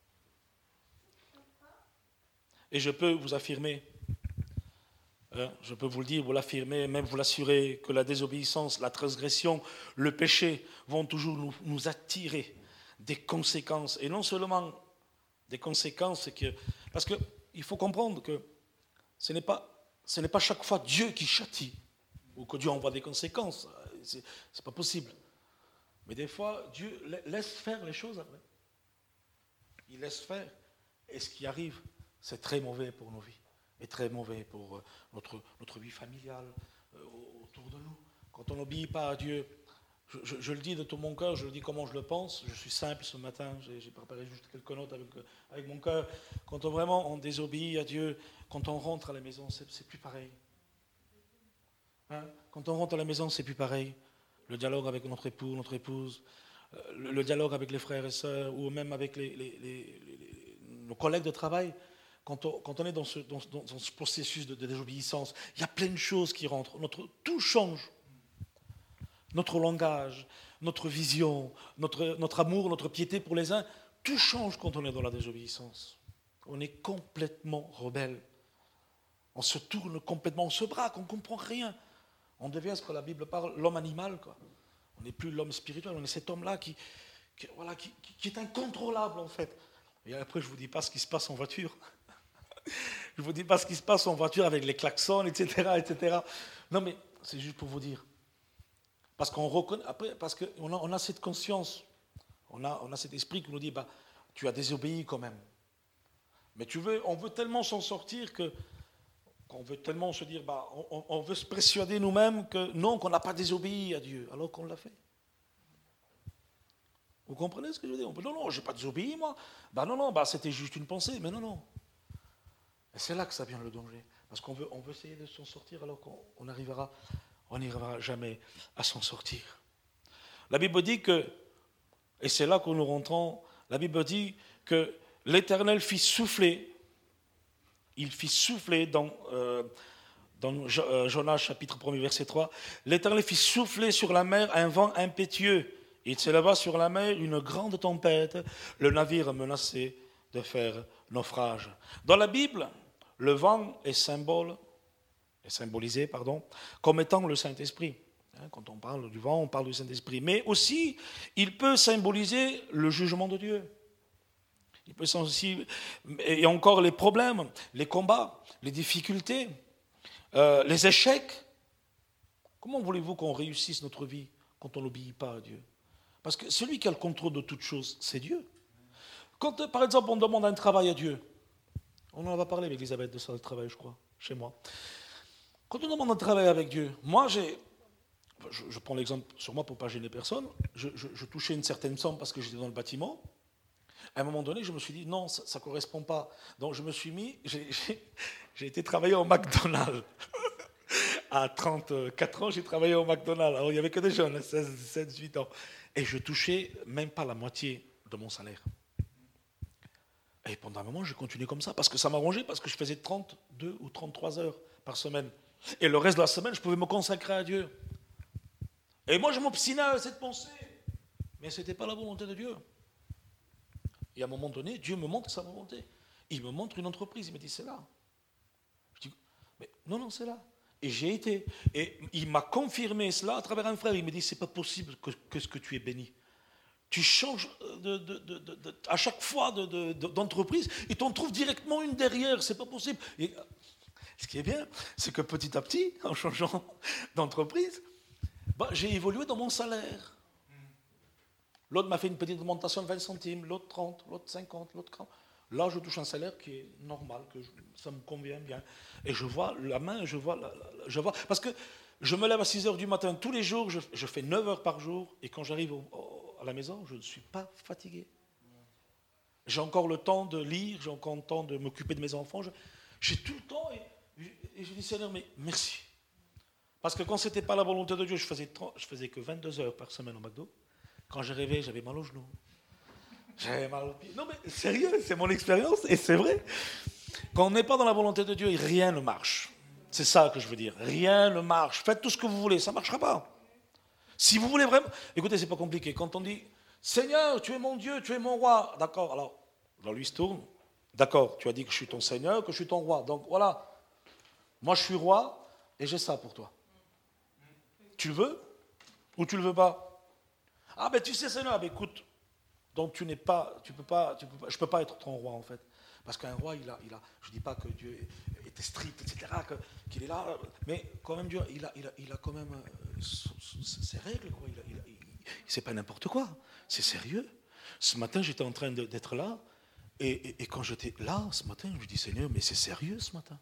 Et je peux vous affirmer, hein, je peux vous le dire, vous l'affirmer, même vous l'assurer, que la désobéissance, la transgression, le péché vont toujours nous, nous attirer des conséquences, et non seulement des conséquences. C'est que, parce qu'il faut comprendre que ce n'est pas, ce n'est pas chaque fois Dieu qui châtie ou que Dieu envoie des conséquences. Ce n'est pas possible. Mais des fois, Dieu laisse faire les choses après. Il laisse faire. Et ce qui arrive, c'est très mauvais pour nos vies. Et très mauvais pour notre, notre vie familiale, euh, autour de nous. Quand on n'obéit pas à Dieu, je, je, je le dis de tout mon cœur, je le dis comment je le pense. Je suis simple ce matin, j'ai, j'ai préparé juste quelques notes avec, avec mon cœur. Quand on vraiment on désobéit à Dieu, quand on rentre à la maison, c'est, c'est plus pareil. Hein? Quand on rentre à la maison, c'est plus pareil. Le dialogue avec notre époux, notre épouse, euh, le, le dialogue avec les frères et sœurs, ou même avec les, les, les, les, nos collègues de travail. Quand on, quand on est dans ce, dans, dans ce processus de, de désobéissance, il y a plein de choses qui rentrent. Notre, tout change. Notre langage, notre vision, notre, notre amour, notre piété pour les uns, tout change quand on est dans la désobéissance. On est complètement rebelle. On se tourne complètement, on se braque, on ne comprend rien. On devient ce que la Bible parle, l'homme animal, quoi. On n'est plus l'homme spirituel, on est cet homme-là qui, qui, voilà, qui, qui est incontrôlable, en fait. Et après, je ne vous dis pas ce qui se passe en voiture. Je ne vous dis pas ce qui se passe en voiture avec les klaxons, et cetera, et cetera. Non, mais c'est juste pour vous dire. Parce qu'on reconnaît, après, parce qu'on a, on a cette conscience, on a, on a cet esprit qui nous dit, bah, tu as désobéi quand même. Mais tu veux, on veut tellement s'en sortir que, qu'on veut tellement se dire, bah, on, on veut se persuader nous-mêmes que non, qu'on n'a pas désobéi à Dieu, alors qu'on l'a fait. Vous comprenez ce que je veux dire? On peut, non, non, je n'ai pas désobéi, moi. Bah non, non, bah, c'était juste une pensée, mais non, non. Et c'est là que ça vient le danger. Parce qu'on veut, on veut essayer de s'en sortir alors qu'on arrivera, on n'arrivera jamais à s'en sortir. La Bible dit que, et c'est là que nous rentrons, la Bible dit que l'Éternel fit souffler, il fit souffler dans, euh, dans Jonas chapitre un verset trois, l'Éternel fit souffler sur la mer un vent impétueux. Il s'éleva sur la mer une grande tempête, le navire menacé de faire naufrage. Dans la Bible, le vent est symbole, est symbolisé, pardon, comme étant le Saint-Esprit. Quand on parle du vent, on parle du Saint-Esprit. Mais aussi, il peut symboliser le jugement de Dieu. Il peut aussi, et encore les problèmes, les combats, les difficultés, euh, les échecs. Comment voulez-vous qu'on réussisse notre vie quand on n'obéit pas à Dieu? Parce que celui qui a le contrôle de toutes choses, c'est Dieu. Quand, par exemple, on demande un travail à Dieu, on en va parler avec Elisabeth de ça, le travail, je crois, chez moi. Quand on demande un travail avec Dieu, moi, j'ai, je, je prends l'exemple sur moi pour ne pas gêner personne, je, je, je touchais une certaine somme parce que j'étais dans le bâtiment. À un moment donné, je me suis dit, non, ça ne correspond pas. Donc, je me suis mis, j'ai, j'ai, j'ai été travailler au McDonald's. À trente-quatre ans, j'ai travaillé au McDonald's. Alors, il n'y avait que des jeunes, seize, dix-sept, dix-huit ans. Et je touchais même pas la moitié de mon salaire. Et pendant un moment, j'ai continué comme ça, parce que ça m'arrangeait, parce que je faisais trente-deux ou trente-trois heures par semaine. Et le reste de la semaine, je pouvais me consacrer à Dieu. Et moi, je m'obstinais à cette pensée. Mais ce n'était pas la volonté de Dieu. Et à un moment donné, Dieu me montre sa volonté. Il me montre une entreprise, il me dit, c'est là. Je dis, mais non, non, c'est là. Et j'ai été. Et il m'a confirmé cela à travers un frère. Il me dit, c'est pas possible que, que ce que tu es béni. Tu changes de, de, de, de, de, à chaque fois de, de, de, d'entreprise et tu en trouves directement une derrière. C'est pas possible. Et ce qui est bien, c'est que petit à petit, en changeant d'entreprise, bah, j'ai évolué dans mon salaire. L'autre m'a fait une petite augmentation de vingt centimes, l'autre trente, l'autre cinquante, l'autre quarante. Là, je touche un salaire qui est normal, que je, ça me convient bien. Et je vois la main, je vois, la, la, je vois... Parce que je me lève à six heures du matin tous les jours, je, je fais neuf heures par jour, et quand j'arrive au, au, à la maison, je ne suis pas fatigué. J'ai encore le temps de lire, j'ai encore le temps de m'occuper de mes enfants. Je, j'ai tout le temps, et, et je dis, Seigneur, mais merci. Parce que quand ce n'était pas la volonté de Dieu, je faisais, trente, je faisais que vingt-deux heures par semaine au McDo. Quand je rêvais, j'avais mal aux genoux. J'avais mal aux pieds. Non, mais sérieux, c'est mon expérience, et c'est vrai. Quand on n'est pas dans la volonté de Dieu, rien ne marche. C'est ça que je veux dire. Rien ne marche. Faites tout ce que vous voulez, ça ne marchera pas. Si vous voulez vraiment... Écoutez, c'est pas compliqué. Quand on dit, Seigneur, tu es mon Dieu, tu es mon roi. D'accord, alors, là, lui se tourne. D'accord, tu as dit que je suis ton Seigneur, que je suis ton roi. Donc, voilà. Moi, je suis roi, et j'ai ça pour toi. Tu le veux ou tu le veux pas? Ah, ben tu sais, Seigneur, ben, écoute, Donc tu n'es pas, tu peux pas, tu peux pas, je ne peux pas être ton roi en fait. Parce qu'un roi, il a, il a, je ne dis pas que Dieu était strict, et cetera, que, qu'il est là, mais quand même Dieu, il a, il a, il a quand même euh, ses règles, quoi. Il a, il a, il, c'est pas n'importe quoi, c'est sérieux. Ce matin, j'étais en train de, d'être là, et, et, et quand j'étais là, ce matin, je me dis, Seigneur, mais c'est sérieux ce matin.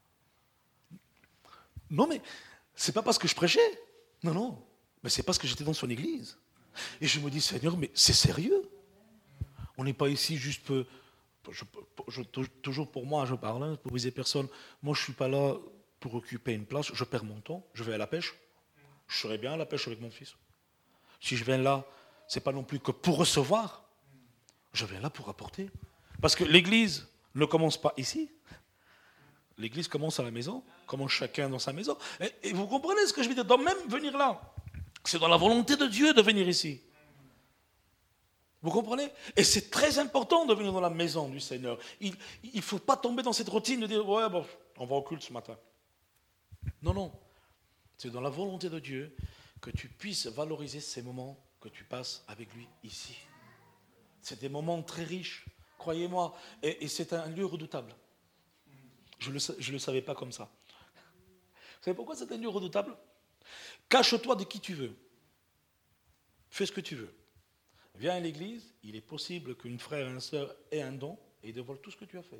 Non, mais c'est pas parce que je prêchais, non, non, mais c'est parce que j'étais dans son église. Et je me dis, Seigneur, mais c'est sérieux. On n'est pas ici juste pour... Je, je, toujours pour moi, je parle, hein, pour viser personne. Moi, je ne suis pas là pour occuper une place. Je perds mon temps. Je vais à la pêche. Je serai bien à la pêche avec mon fils. Si je viens là, ce n'est pas non plus que pour recevoir. Je viens là pour apporter. Parce que l'église ne commence pas ici. L'église commence à la maison. Commence chacun dans sa maison. Et, et vous comprenez ce que je veux dire? Donc même venir là, c'est dans la volonté de Dieu de venir ici. Vous comprenez? Et c'est très important de venir dans la maison du Seigneur. Il ne faut pas tomber dans cette routine de dire « ouais, bon, on va au culte ce matin ». Non, non. C'est dans la volonté de Dieu que tu puisses valoriser ces moments que tu passes avec lui ici. C'est des moments très riches, croyez-moi. Et, et c'est un lieu redoutable. Je ne le, le savais pas comme ça. Vous savez pourquoi c'est un lieu redoutable? Cache-toi de qui tu veux. Fais ce que tu veux. Viens à l'église, il est possible qu'une frère et une sœur aient un don et ils dévoilent tout ce que tu as fait.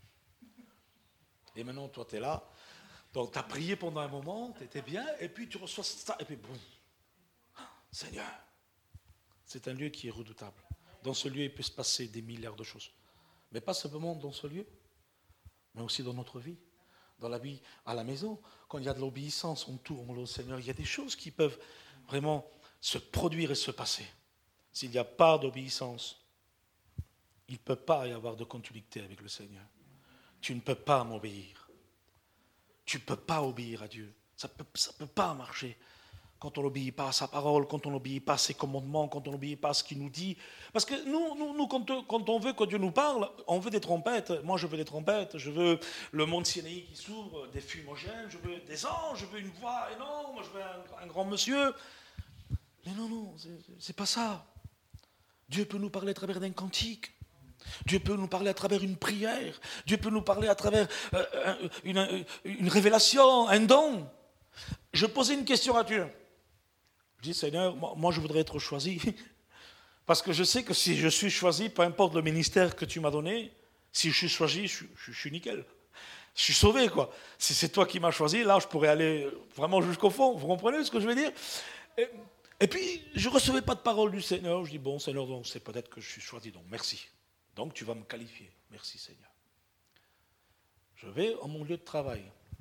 Et maintenant, toi, tu es là, donc tu as prié pendant un moment, tu étais bien, et puis tu reçois ça, et puis boum. Seigneur, c'est un lieu qui est redoutable. Dans ce lieu, il peut se passer des milliards de choses. Mais pas simplement dans ce lieu, mais aussi dans notre vie. Dans la vie à la maison, quand il y a de l'obéissance, on tourne au Seigneur, il y a des choses qui peuvent vraiment se produire et se passer. S'il n'y a pas d'obéissance, il ne peut pas y avoir de continuité avec le Seigneur. Tu ne peux pas m'obéir. Tu ne peux pas obéir à Dieu. Ça peut, ça peut pas marcher quand on n'obéit pas à sa parole, quand on n'obéit pas à ses commandements, quand on n'obéit pas à ce qu'il nous dit. Parce que nous, nous, nous quand, quand on veut que Dieu nous parle, on veut des trompettes. Moi, je veux des trompettes. Je veux le monde Sinaï qui s'ouvre, des fumogènes. Je veux des anges. Je veux une voix énorme. Je veux un, un grand monsieur. Mais non, non, c'est pas ça. Dieu peut nous parler à travers d'un cantique. Dieu peut nous parler à travers une prière. Dieu peut nous parler à travers euh, une, une révélation, un don. Je posais une question à Dieu. Je dis, Seigneur, moi, moi je voudrais être choisi. Parce que je sais que si je suis choisi, peu importe le ministère que tu m'as donné, si je suis choisi, je, je, je suis nickel. Je suis sauvé, quoi. Si c'est toi qui m'as choisi, là, je pourrais aller vraiment jusqu'au fond. Vous comprenez ce que je veux dire? Et, Et puis, je ne recevais pas de parole du Seigneur. Je dis, bon, Seigneur, donc c'est peut-être que je suis choisi, donc merci. Donc, tu vas me qualifier. Merci, Seigneur. Je vais à mon lieu de travail.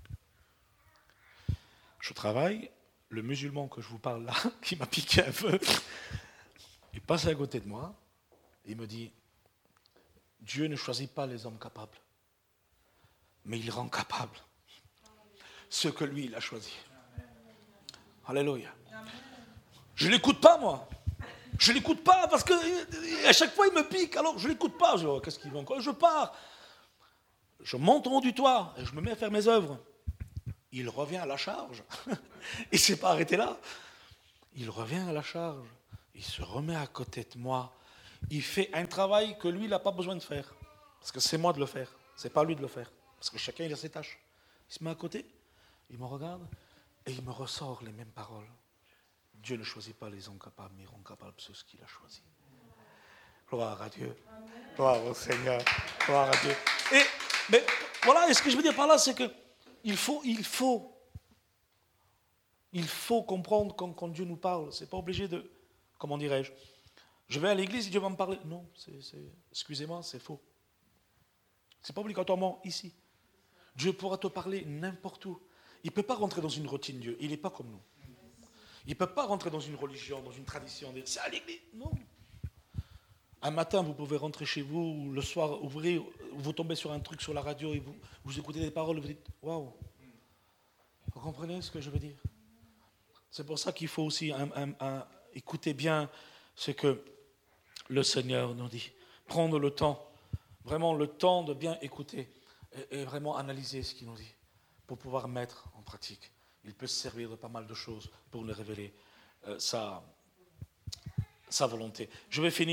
Je travaille. Le musulman que je vous parle là, qui m'a piqué un peu, il passe à côté de moi. Et il me dit, Dieu ne choisit pas les hommes capables, mais il rend capables ceux que lui, il a choisis. Alléluia. Je ne l'écoute pas, moi. Je ne l'écoute pas parce qu'à chaque fois, il me pique. Alors, je ne l'écoute pas. Je dis, oh, qu'est-ce qu'il veut encore? Je pars. Je monte en haut du toit et je me mets à faire mes œuvres. Il revient à la charge. Il ne s'est pas arrêté là. Il revient à la charge. Il se remet à côté de moi. Il fait un travail que lui, il n'a pas besoin de faire. Parce que c'est moi de le faire. Ce n'est pas lui de le faire. Parce que chacun, il a ses tâches. Il se met à côté. Il me regarde et il me ressort les mêmes paroles. Dieu ne choisit pas les hommes capables, mais il rend capables ceux qu'il a choisis. Gloire à Dieu. Gloire au Seigneur. Gloire à Dieu. Et, mais voilà, et ce que je veux dire par là, c'est que il faut, il faut, il faut comprendre quand, quand Dieu nous parle. C'est pas obligé de, comment dirais-je, je vais à l'église et Dieu va me parler. Non, c'est, c'est, excusez-moi, c'est faux. C'est pas obligatoirement ici. Dieu pourra te parler n'importe où. Il ne peut pas rentrer dans une routine, Dieu. Il n'est pas comme nous. Il ne peut pas rentrer dans une religion, dans une tradition. Dire, c'est à l'église. Non. Un matin, vous pouvez rentrer chez vous, le soir, ouvrir, vous tombez sur un truc sur la radio et vous, vous écoutez des paroles, vous dites, waouh. Vous comprenez ce que je veux dire? C'est pour ça qu'il faut aussi un, un, un, écouter bien ce que le Seigneur nous dit. Prendre le temps, vraiment le temps de bien écouter et, et vraiment analyser ce qu'il nous dit pour pouvoir mettre en pratique. Il peut se servir de pas mal de choses pour nous révéler euh, sa, sa volonté. Je vais finir.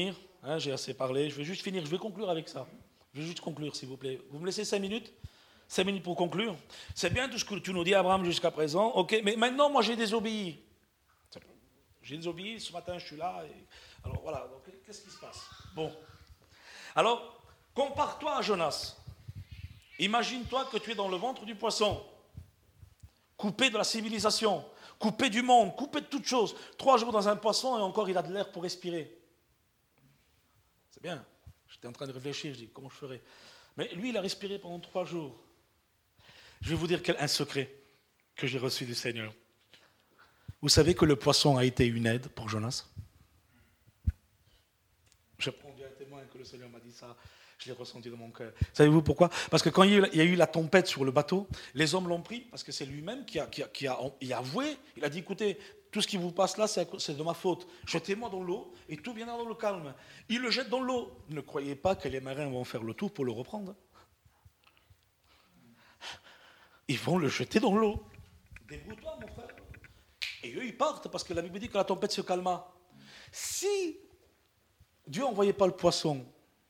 Hein, j'ai assez parlé. Je vais juste finir. Je vais conclure avec ça. Je vais juste conclure, s'il vous plaît. Vous me laissez cinq minutes? Cinq minutes pour conclure. C'est bien tout ce que tu nous dis, Abraham, jusqu'à présent. Ok, mais maintenant, moi, j'ai désobéi. J'ai désobéi. Ce matin, je suis là. Et... Alors voilà. Donc, qu'est-ce qui se passe? Bon. Alors, compare-toi à Jonas. Imagine-toi que tu es dans le ventre du poisson, coupé de la civilisation, coupé du monde, coupé de toutes choses. Trois jours dans un poisson et encore il a de l'air pour respirer. C'est bien. J'étais en train de réfléchir, je dis comment je ferais. Mais lui, il a respiré pendant trois jours. Je vais vous dire quel, un secret que j'ai reçu du Seigneur. Vous savez que le poisson a été une aide pour Jonas? Je prends bien témoin que le Seigneur m'a dit ça. Je l'ai ressenti dans mon cœur. Savez-vous pourquoi? Parce que quand il y a eu la tempête sur le bateau, les hommes l'ont pris, parce que c'est lui-même qui a, qui a, qui a, il a avoué. Il a dit, écoutez, tout ce qui vous passe là, c'est, c'est de ma faute. Jetez-moi dans l'eau et tout viendra dans le calme. Il le jette dans l'eau. Ne croyez pas que les marins vont faire le tour pour le reprendre. Ils vont le jeter dans l'eau. Débrouille-toi, mon frère. Et eux, ils partent, parce que la Bible dit que la tempête se calma. Si Dieu n'envoyait pas le poisson,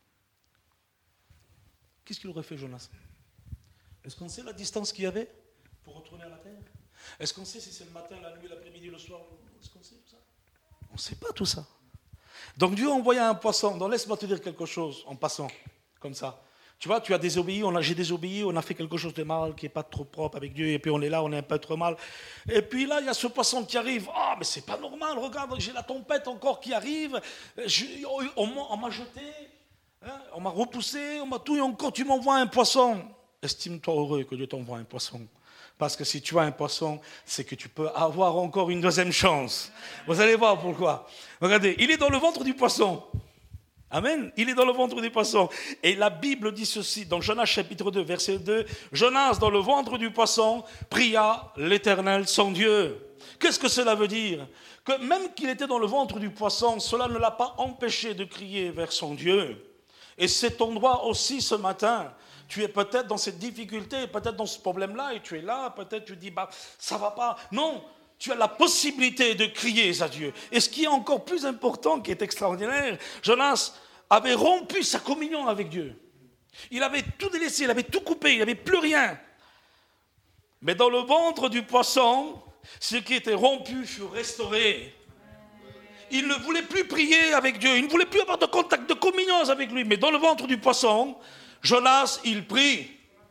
qu'est-ce qu'il aurait fait, Jonas? Est-ce qu'on sait la distance qu'il y avait pour retourner à la terre? Est-ce qu'on sait si c'est le matin, la nuit, l'après-midi, le soir? Est-ce qu'on sait tout ça? On ne sait pas tout ça. Donc Dieu a envoyé un poisson. Donc laisse-moi te dire quelque chose en passant, comme ça. Tu vois, tu as désobéi, on a, j'ai désobéi, on a fait quelque chose de mal qui n'est pas trop propre avec Dieu, et puis on est là, on est un peu trop mal. Et puis là, il y a ce poisson qui arrive. Ah, oh, mais c'est pas normal, regarde, j'ai la tempête encore qui arrive. Je, on, on m'a jeté. Hein, on m'a repoussé, on m'a tout, et encore tu m'envoies un poisson. Estime-toi heureux que Dieu t'envoie un poisson. Parce que si tu as un poisson, c'est que tu peux avoir encore une deuxième chance. Vous allez voir pourquoi. Regardez, il est dans le ventre du poisson. Amen. Il est dans le ventre du poisson. Et la Bible dit ceci, dans Jonas chapitre deux, verset deux. Jonas, dans le ventre du poisson, pria l'Éternel son Dieu. Qu'est-ce que cela veut dire? Que même qu'il était dans le ventre du poisson, cela ne l'a pas empêché de crier vers son Dieu. Et c'est ton droit aussi ce matin. Tu es peut-être dans cette difficulté, peut-être dans ce problème-là, et tu es là, peut-être tu dis, bah, ça va pas. Non, tu as la possibilité de crier à Dieu. Et ce qui est encore plus important, qui est extraordinaire, Jonas avait rompu sa communion avec Dieu. Il avait tout délaissé, il avait tout coupé, il n'avait plus rien. Mais dans le ventre du poisson, ce qui était rompu fut restauré. Il ne voulait plus prier avec Dieu, il ne voulait plus avoir de contact, de communion avec lui. Mais dans le ventre du poisson, Jonas, il prie.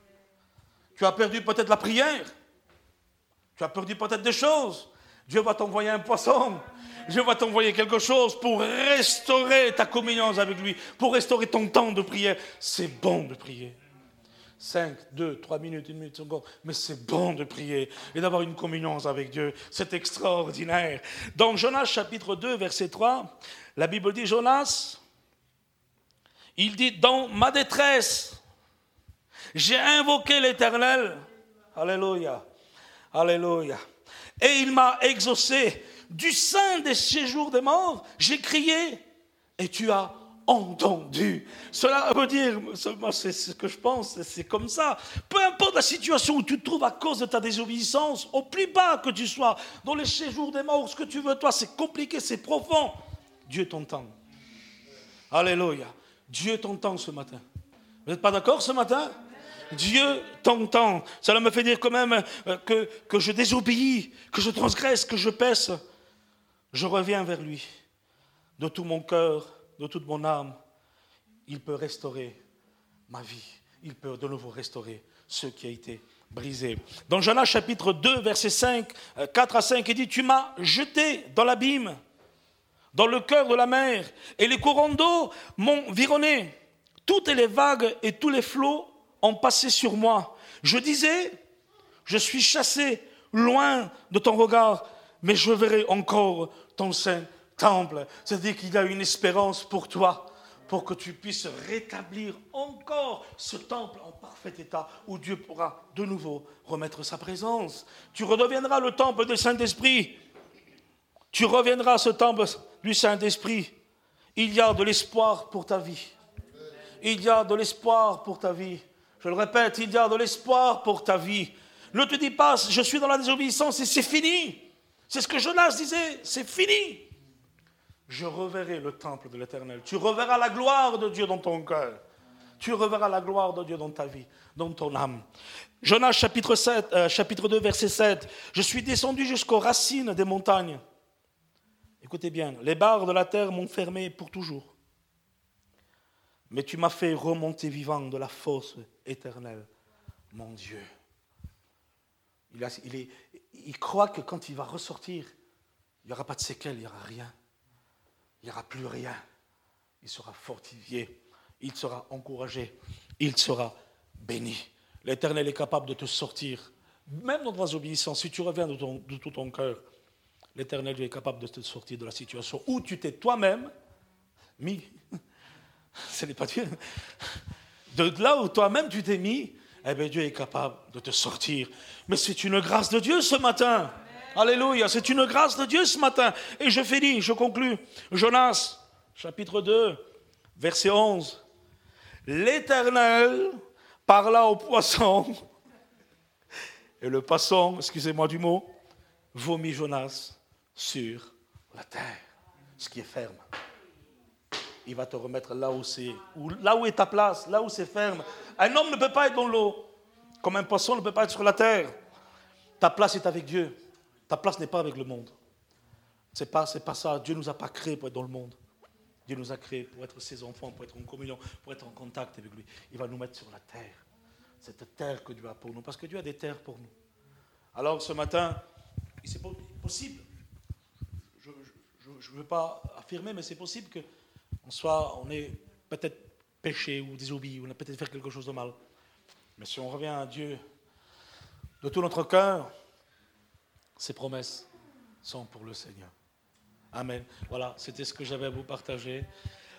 Tu as perdu peut-être la prière. Tu as perdu peut-être des choses. Dieu va t'envoyer un poisson. Dieu va t'envoyer quelque chose pour restaurer ta communion avec lui, pour restaurer ton temps de prière. C'est bon de prier. cinq, deux, trois minutes, une minute, seconde. Mais c'est bon de prier et d'avoir une communion avec Dieu. C'est extraordinaire. Dans Jonas chapitre deux, verset trois, la Bible dit, Jonas, il dit, dans ma détresse, j'ai invoqué l'Éternel. Alléluia. Alléluia. Et il m'a exaucé. Du sein des séjours des morts, j'ai crié et tu as entendu. Cela veut dire, c'est ce que je pense, c'est comme ça. Peu importe la situation où tu te trouves à cause de ta désobéissance, au plus bas que tu sois, dans les séjours des morts, ce que tu veux, toi, c'est compliqué, c'est profond. Dieu t'entend. Alléluia. Dieu t'entend ce matin. Vous n'êtes pas d'accord ce matin? Dieu t'entend. Cela me fait dire quand même que, que je désobéis, que je transgresse, que je pèse. Je reviens vers lui. De tout mon cœur, de toute mon âme, il peut restaurer ma vie. Il peut de nouveau restaurer ce qui a été brisé. Dans Jonas chapitre deux, versets cinq, quatre à cinq, il dit, tu m'as jeté dans l'abîme, dans le cœur de la mer, et les courants d'eau m'ont vironné. Toutes les vagues et tous les flots ont passé sur moi. Je disais, je suis chassé loin de ton regard, mais je verrai encore ton saint temple. C'est-à-dire qu'il y a une espérance pour toi, pour que tu puisses rétablir encore ce temple en parfait état, où Dieu pourra de nouveau remettre sa présence. Tu redeviendras le temple du Saint-Esprit. Tu reviendras à ce temple du Saint-Esprit. Il y a de l'espoir pour ta vie. Il y a de l'espoir pour ta vie. Je le répète, il y a de l'espoir pour ta vie. Ne te dis pas, je suis dans la désobéissance et c'est fini. C'est ce que Jonas disait, c'est fini. je reverrai le temple de l'Éternel. Tu reverras la gloire de Dieu dans ton cœur. Tu reverras la gloire de Dieu dans ta vie, dans ton âme. Jonas chapitre, sept, euh, chapitre deux, verset sept. Je suis descendu jusqu'aux racines des montagnes. Écoutez bien, les barres de la terre m'ont fermé pour toujours. Mais tu m'as fait remonter vivant de la fosse éternelle, mon Dieu. Il, a, il, est, il croit que quand il va ressortir, il n'y aura pas de séquelles, il n'y aura rien. Il n'y aura plus rien. Il sera fortifié, il sera encouragé, il sera béni. L'Éternel est capable de te sortir, même dans ta désobéissance, si tu reviens de, ton, de tout ton cœur, l'Éternel est capable de te sortir de la situation où tu t'es toi-même mis. Ce n'est pas Dieu. De là où toi-même tu t'es mis, eh bien Dieu est capable de te sortir. Mais c'est une grâce de Dieu ce matin. Alléluia, c'est une grâce de Dieu ce matin. Et je finis, je conclus. Jonas, chapitre deux, verset onze. L'Éternel parla au poisson, et le poisson, excusez-moi du mot, vomit Jonas sur la terre, ce qui est ferme. Il va te remettre là où c'est, où, là où est ta place, là où c'est ferme. Un homme ne peut pas être dans l'eau, comme un poisson ne peut pas être sur la terre. Ta place est avec Dieu. Ta place n'est pas avec le monde. C'est pas, c'est pas ça. Dieu ne nous a pas créés pour être dans le monde. Dieu nous a créés pour être ses enfants, pour être en communion, pour être en contact avec lui. Il va nous mettre sur la terre. Cette terre que Dieu a pour nous. Parce que Dieu a des terres pour nous. Alors ce matin, c'est possible. Je ne veux pas affirmer, mais c'est possible qu'on soit, on ait peut-être péché ou désobéi, ou on a peut-être fait quelque chose de mal. Mais si on revient à Dieu de tout notre cœur, ses promesses sont pour le Seigneur. Amen. Voilà, c'était ce que j'avais à vous partager.